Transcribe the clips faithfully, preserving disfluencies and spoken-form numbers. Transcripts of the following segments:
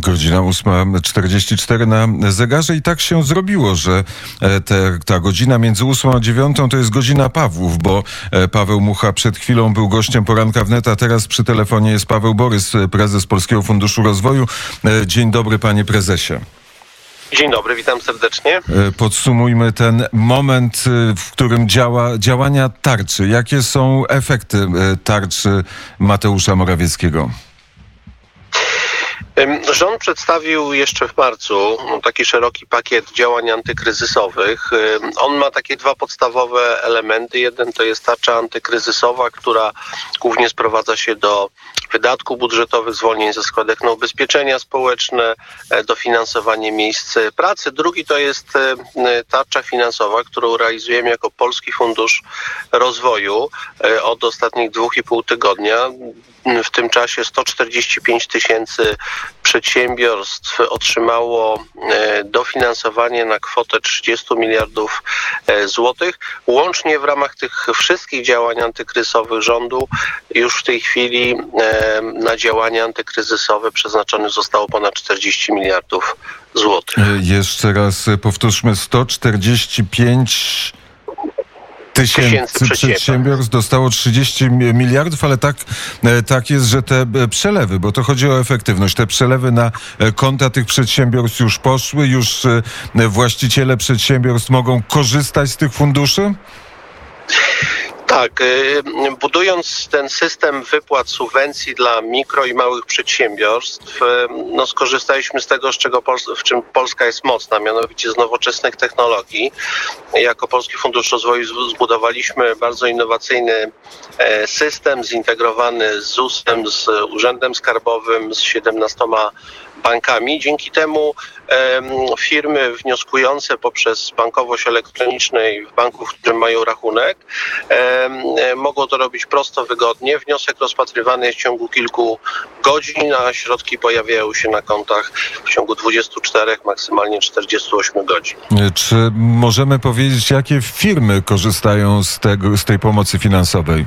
Godzina ósma czterdzieści cztery na zegarze i tak się zrobiło, że te, ta godzina między ósmą a dziewiątą to jest godzina Pawłów, bo Paweł Mucha przed chwilą był gościem poranka wnet, a teraz przy telefonie jest Paweł Borys, prezes Polskiego Funduszu Rozwoju. Dzień dobry, panie prezesie. Dzień dobry, witam serdecznie. Podsumujmy ten moment, w którym działa działania tarczy. Jakie są efekty tarczy Mateusza Morawieckiego? Rząd przedstawił jeszcze w marcu taki szeroki pakiet działań antykryzysowych. On ma takie dwa podstawowe elementy. Jeden to jest tarcza antykryzysowa, która głównie sprowadza się do wydatków budżetowych, zwolnień ze składek na ubezpieczenia społeczne, dofinansowanie miejsc pracy. Drugi to jest tarcza finansowa, którą realizujemy jako Polski Fundusz Rozwoju od ostatnich dwóch i pół tygodnia. W tym czasie sto czterdzieści pięć tysięcy przedsiębiorstw otrzymało dofinansowanie na kwotę trzydzieści miliardów złotych. Łącznie w ramach tych wszystkich działań antykryzysowych rządu już w tej chwili na działania antykryzysowe przeznaczonych zostało ponad czterdzieści miliardów złotych. Jeszcze raz powtórzmy, sto czterdzieści pięć tysięcy przedsiębiorstw dostało trzydzieści miliardów, ale tak, tak jest, że te przelewy, bo to chodzi o efektywność, te przelewy na konta tych przedsiębiorstw już poszły, już właściciele przedsiębiorstw mogą korzystać z tych funduszy? Tak, budując ten system wypłat subwencji dla mikro i małych przedsiębiorstw, no skorzystaliśmy z tego, z czego Pol- w czym Polska jest mocna, mianowicie z nowoczesnych technologii. Jako Polski Fundusz Rozwoju zbudowaliśmy bardzo innowacyjny system zintegrowany z Z U S-em, z Urzędem Skarbowym, z siedemnastoma bankami. Dzięki temu um, firmy wnioskujące poprzez bankowość elektroniczną w banku, w którym mają rachunek, um, mogą to robić prosto, wygodnie. Wniosek rozpatrywany jest w ciągu kilku godzin, a środki pojawiają się na kontach w ciągu dwudziestu czterech, maksymalnie czterdziestu ośmiu godzin. Czy możemy powiedzieć, jakie firmy korzystają z tego, z tej pomocy finansowej?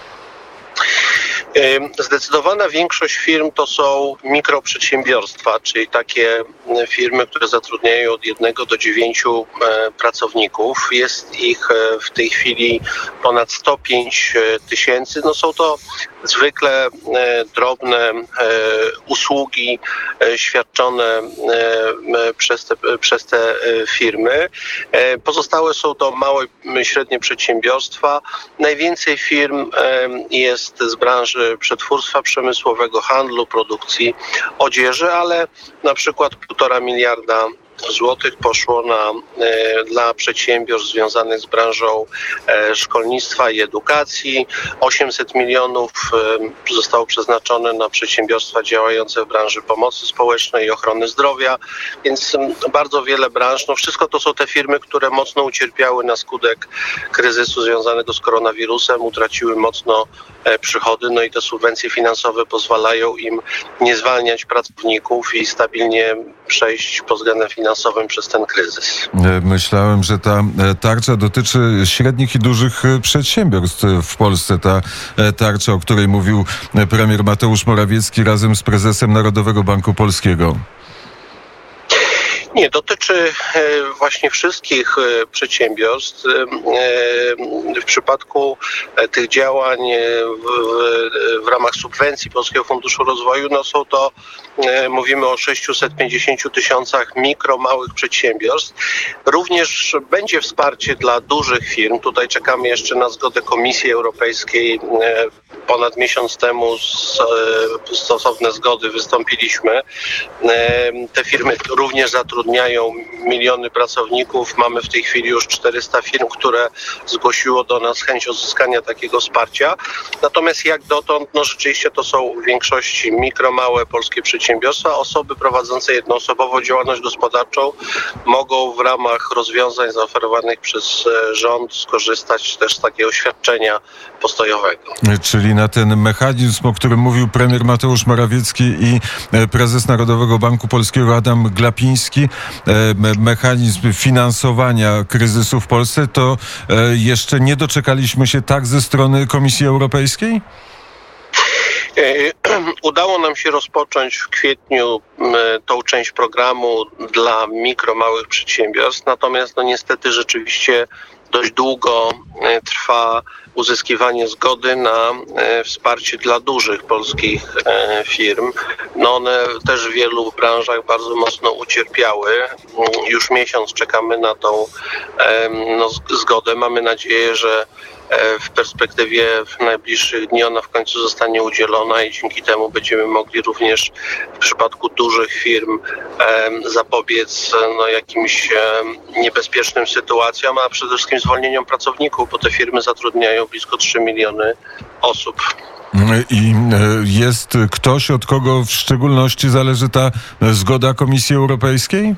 Zdecydowana większość firm to są mikroprzedsiębiorstwa, czyli takie firmy, które zatrudniają od jednego do dziewięciu pracowników. Jest ich w tej chwili ponad sto pięć tysięcy. No są to zwykle drobne usługi świadczone przez te, przez te firmy. Pozostałe są to małe i średnie przedsiębiorstwa. Najwięcej firm jest z branży przetwórstwa przemysłowego, handlu, produkcji odzieży, ale na przykład półtora miliarda złotych poszło na, e, dla przedsiębiorstw związanych z branżą e, szkolnictwa i edukacji. osiemset milionów e, zostało przeznaczone na przedsiębiorstwa działające w branży pomocy społecznej i ochrony zdrowia, więc m, bardzo wiele branż. No wszystko to są te firmy, które mocno ucierpiały na skutek kryzysu związanego z koronawirusem, utraciły mocno e, przychody, no i te subwencje finansowe pozwalają im nie zwalniać pracowników i stabilnie przejść pod względem finansowym przez ten kryzys. Myślałem, że ta tarcza dotyczy średnich i dużych przedsiębiorstw w Polsce. Ta tarcza, o której mówił premier Mateusz Morawiecki razem z prezesem Narodowego Banku Polskiego. Nie, dotyczy właśnie wszystkich przedsiębiorstw. W przypadku tych działań w, w ramach subwencji Polskiego Funduszu Rozwoju, no są to, mówimy o sześciuset pięćdziesięciu tysiącach mikro, małych przedsiębiorstw. Również będzie wsparcie dla dużych firm. Tutaj czekamy jeszcze na zgodę Komisji Europejskiej. Ponad miesiąc temu z, stosowne zgody wystąpiliśmy. Te firmy również zatrudniają miliony pracowników. Mamy w tej chwili już czterysta firm, które zgłosiło do nas chęć uzyskania takiego wsparcia. Natomiast jak dotąd, no rzeczywiście to są w większości mikro, małe polskie przedsiębiorstwa. Osoby prowadzące jednoosobową działalność gospodarczą mogą w ramach rozwiązań zaoferowanych przez rząd skorzystać też z takiego świadczenia postojowego. Czyli na ten mechanizm, o którym mówił premier Mateusz Morawiecki i prezes Narodowego Banku Polskiego Adam Glapiński, mechanizm finansowania kryzysu w Polsce, to jeszcze nie doczekaliśmy się tak ze strony Komisji Europejskiej? udało nam się rozpocząć w kwietniu tą część programu dla mikro, małych przedsiębiorstw, natomiast no niestety rzeczywiście dość długo trwa uzyskiwanie zgody na wsparcie dla dużych polskich firm. No one też w wielu branżach bardzo mocno ucierpiały. Już miesiąc czekamy na tą no, zgodę. Mamy nadzieję, że w perspektywie w najbliższych dni ona w końcu zostanie udzielona i dzięki temu będziemy mogli również w przypadku dużych firm zapobiec no, jakimś niebezpiecznym sytuacjom, a przede wszystkim zwolnieniom pracowników, bo te firmy zatrudniają blisko trzy miliony osób. I jest ktoś, od kogo w szczególności zależy ta zgoda Komisji Europejskiej?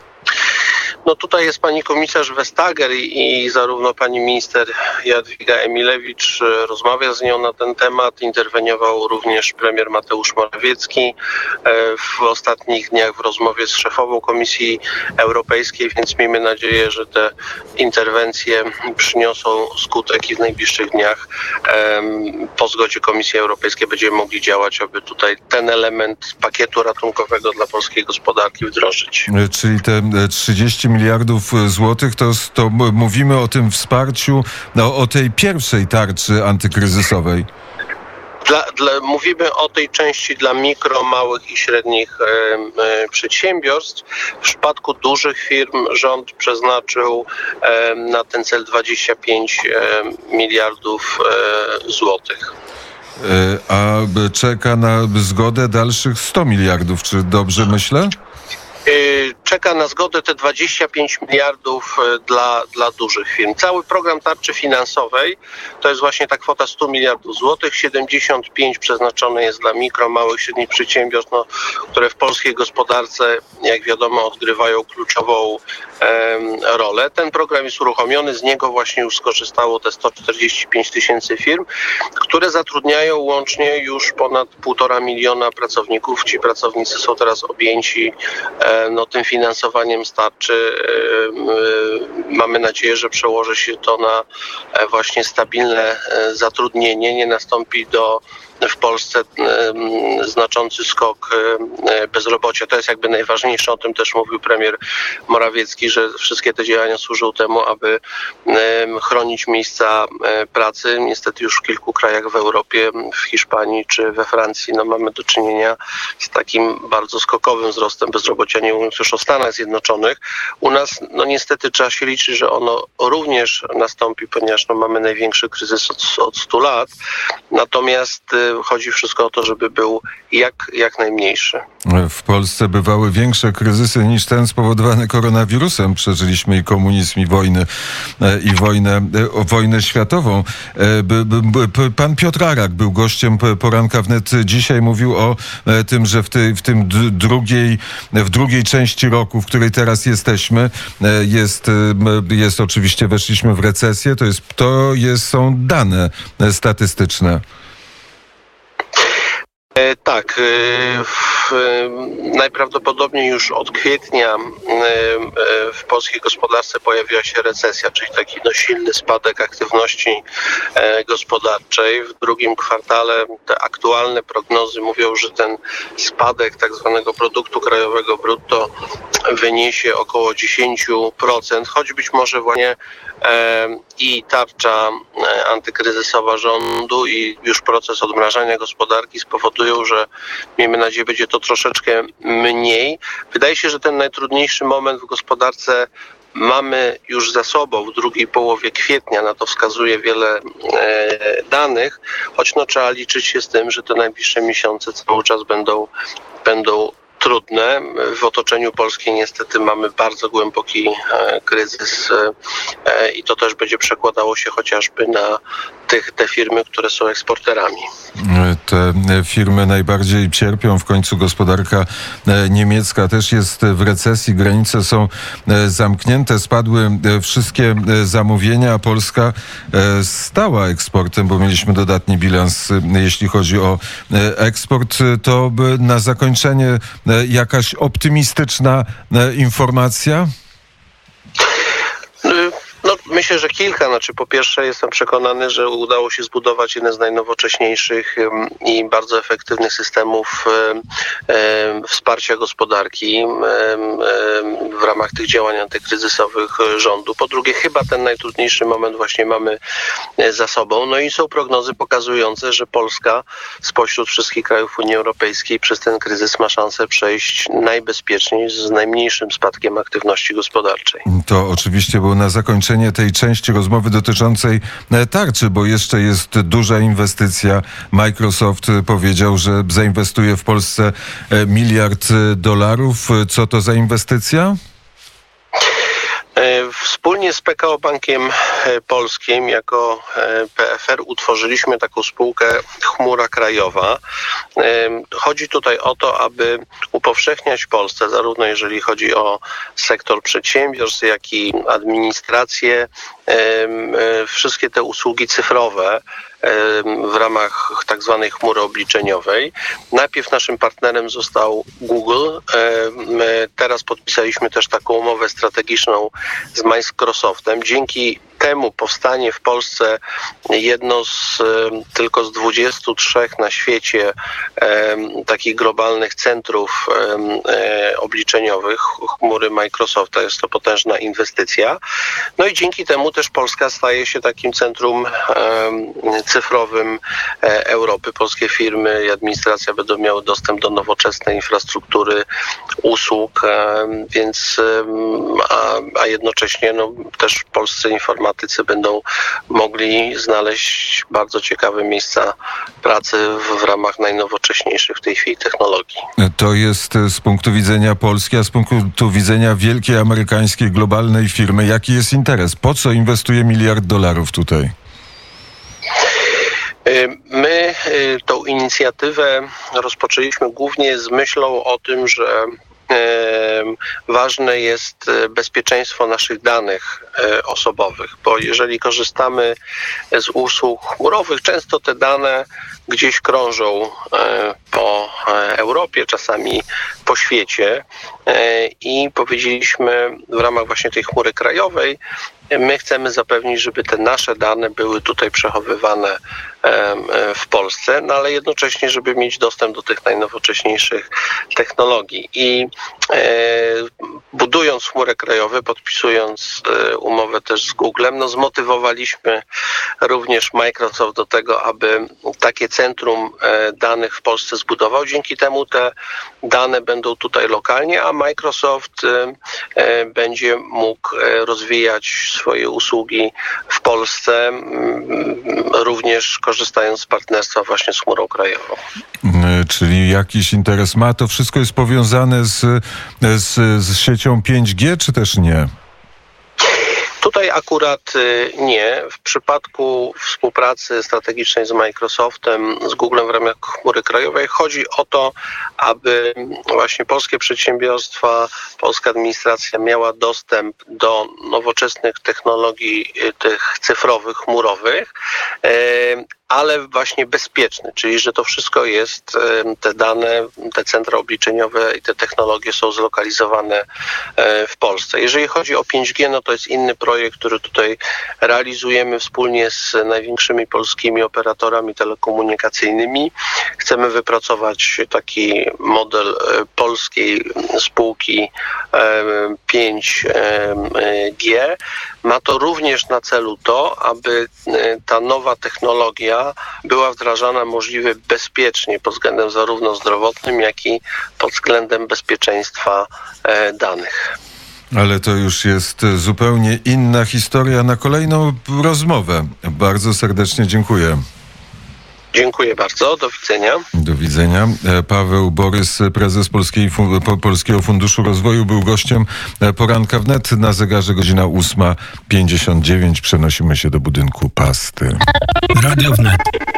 No tutaj jest pani komisarz Vestager i, i zarówno pani minister Jadwiga Emilewicz rozmawia z nią na ten temat. Interweniował również premier Mateusz Morawiecki w ostatnich dniach w rozmowie z szefową Komisji Europejskiej, więc miejmy nadzieję, że te interwencje przyniosą skutek i w najbliższych dniach po zgodzie Komisji Europejskiej będziemy mogli działać, aby tutaj ten element pakietu ratunkowego dla polskiej gospodarki wdrożyć. Czyli te trzydzieści miliardów złotych, to, to mówimy o tym wsparciu, no, o tej pierwszej tarczy antykryzysowej. Dla, dla, mówimy o tej części dla mikro, małych i średnich e, e, przedsiębiorstw. W przypadku dużych firm rząd przeznaczył e, na ten cel dwadzieścia pięć e, miliardów e, złotych. E, a czeka na zgodę dalszych sto miliardów, czy dobrze myślę? Czeka na zgodę te dwadzieścia pięć miliardów dla, dla dużych firm. Cały program tarczy finansowej to jest właśnie ta kwota sto miliardów złotych, siedemdziesiąt pięć przeznaczone jest dla mikro, małych, średnich przedsiębiorstw, no, które w polskiej gospodarce, jak wiadomo, odgrywają kluczową e, rolę. Ten program jest uruchomiony, z niego właśnie już skorzystało te sto czterdzieści pięć tysięcy firm, które zatrudniają łącznie już ponad półtora miliona pracowników. Ci pracownicy są teraz objęci e, no, tym finansowaniem z tarczy. Mamy nadzieję, że przełoży się to na właśnie stabilne zatrudnienie. Nie nastąpi do w Polsce znaczący skok bezrobocia. To jest jakby najważniejsze. O tym też mówił premier Morawiecki, że wszystkie te działania służą temu, aby chronić miejsca pracy. Niestety już w kilku krajach w Europie, w Hiszpanii czy we Francji, no mamy do czynienia z takim bardzo skokowym wzrostem bezrobocia, nie mówiąc już o Stanach Zjednoczonych. U nas no niestety trzeba się liczyć, że ono również nastąpi, ponieważ no, mamy największy kryzys od, od stu lat. Natomiast chodzi wszystko o to, żeby był jak, jak najmniejszy. W Polsce bywały większe kryzysy niż ten spowodowany koronawirusem. Przeżyliśmy i komunizm, i wojnę, i wojnę, wojnę światową. Pan Piotr Arak był gościem poranka wnet. Dzisiaj mówił o tym, że w, tej, w tym drugiej, w drugiej części roku, w której teraz jesteśmy, jest, jest oczywiście, weszliśmy w recesję. To, jest, to jest, są dane statystyczne. Tak, najprawdopodobniej już od kwietnia w polskiej gospodarce pojawiła się recesja, czyli taki no, silny spadek aktywności gospodarczej. W drugim kwartale te aktualne prognozy mówią, że ten spadek tak zwanego produktu krajowego brutto wyniesie około dziesięć procent, choć być może właśnie i tarcza antykryzysowa rządu i już proces odmrażania gospodarki spowodują, że miejmy nadzieję, będzie to troszeczkę mniej. Wydaje się, że ten najtrudniejszy moment w gospodarce mamy już za sobą w drugiej połowie kwietnia, na to wskazuje wiele e, danych, choć no, trzeba liczyć się z tym, że te najbliższe miesiące cały czas będą, będą trudne. W otoczeniu Polski niestety mamy bardzo głęboki e, kryzys e, i to też będzie przekładało się chociażby na tych, te firmy, które są eksporterami. Te firmy najbardziej cierpią. W końcu gospodarka niemiecka też jest w recesji. Granice są zamknięte. Spadły wszystkie zamówienia, a Polska stała eksportem, bo mieliśmy dodatni bilans, jeśli chodzi o eksport. To na zakończenie jakaś optymistyczna informacja? No, myślę, że kilka. Znaczy, po pierwsze jestem przekonany, że udało się zbudować jeden z najnowocześniejszych i bardzo efektywnych systemów wsparcia gospodarki w ramach tych działań antykryzysowych rządu. Po drugie, chyba ten najtrudniejszy moment właśnie mamy za sobą. No i są prognozy pokazujące, że Polska spośród wszystkich krajów Unii Europejskiej przez ten kryzys ma szansę przejść najbezpieczniej z najmniejszym spadkiem aktywności gospodarczej. To oczywiście było na zakończenie tej części rozmowy dotyczącej tarczy, bo jeszcze jest duża inwestycja. Microsoft powiedział, że zainwestuje w Polsce miliard dolarów. Co to za inwestycja? Wspólnie z P K O Bankiem Polskim jako P F R utworzyliśmy taką spółkę Chmura Krajowa. Chodzi tutaj o to, aby upowszechniać w Polsce, zarówno jeżeli chodzi o sektor przedsiębiorstw, jak i administrację, wszystkie te usługi cyfrowe w ramach tak zwanej chmury obliczeniowej. Najpierw naszym partnerem został Google. Teraz podpisaliśmy też taką umowę strategiczną z Microsoftem. Dzięki temu powstanie w Polsce jedno z tylko z dwudziestu trzech na świecie takich globalnych centrów obliczeniowych chmury Microsofta. Jest to potężna inwestycja. No i dzięki temu też Polska staje się takim centrum cyfrowym Europy. Polskie firmy i administracja będą miały dostęp do nowoczesnej infrastruktury usług, więc a, a jednocześnie no, też polscy informatycy będą mogli znaleźć bardzo ciekawe miejsca pracy w, w ramach najnowocześniejszych w tej chwili technologii. To jest z punktu widzenia Polski, a z punktu widzenia wielkiej amerykańskiej globalnej firmy, jaki jest interes? Po co inwestuje miliard dolarów tutaj? My tą inicjatywę rozpoczęliśmy głównie z myślą o tym, że ważne jest bezpieczeństwo naszych danych osobowych, bo jeżeli korzystamy z usług chmurowych, często te dane gdzieś krążą po Europie, czasami po świecie i powiedzieliśmy w ramach właśnie tej chmury krajowej, my chcemy zapewnić, żeby te nasze dane były tutaj przechowywane w Polsce, no ale jednocześnie, żeby mieć dostęp do tych najnowocześniejszych technologii. I budując chmury krajowe, podpisując umowę też z Googlem, no zmotywowaliśmy również Microsoft do tego, aby takie centrum danych w Polsce zbudował. Dzięki temu te dane będą tutaj lokalnie, a Microsoft będzie mógł rozwijać swoje usługi w Polsce, również korzystając z partnerstwa właśnie z chmurą krajową. Czyli jakiś interes ma? To wszystko jest powiązane z, z, z siecią pięć G, czy też nie? Tutaj akurat nie. W przypadku współpracy strategicznej z Microsoftem, z Googlem w ramach chmury krajowej chodzi o to, aby właśnie polskie przedsiębiorstwa, polska administracja miała dostęp do nowoczesnych technologii tych cyfrowych, chmurowych, ale właśnie bezpieczny, czyli że to wszystko jest, te dane, te centra obliczeniowe i te technologie są zlokalizowane w Polsce. Jeżeli chodzi o pięć G, no to jest inny projekt, który tutaj realizujemy wspólnie z największymi polskimi operatorami telekomunikacyjnymi. Chcemy wypracować taki model polskiej spółki pięć G. Ma to również na celu to, aby ta nowa technologia była wdrażana możliwie bezpiecznie pod względem zarówno zdrowotnym, jak i pod względem bezpieczeństwa danych. Ale to już jest zupełnie inna historia. Na kolejną rozmowę bardzo serdecznie dziękuję. Dziękuję bardzo. Do widzenia. Do widzenia. Paweł Borys, prezes Polskiej, Polskiego Funduszu Rozwoju, był gościem Poranka Wnet. Na zegarze godzina ósma pięćdziesiąt dziewięć. Przenosimy się do budynku Pasty. Radio Wnet.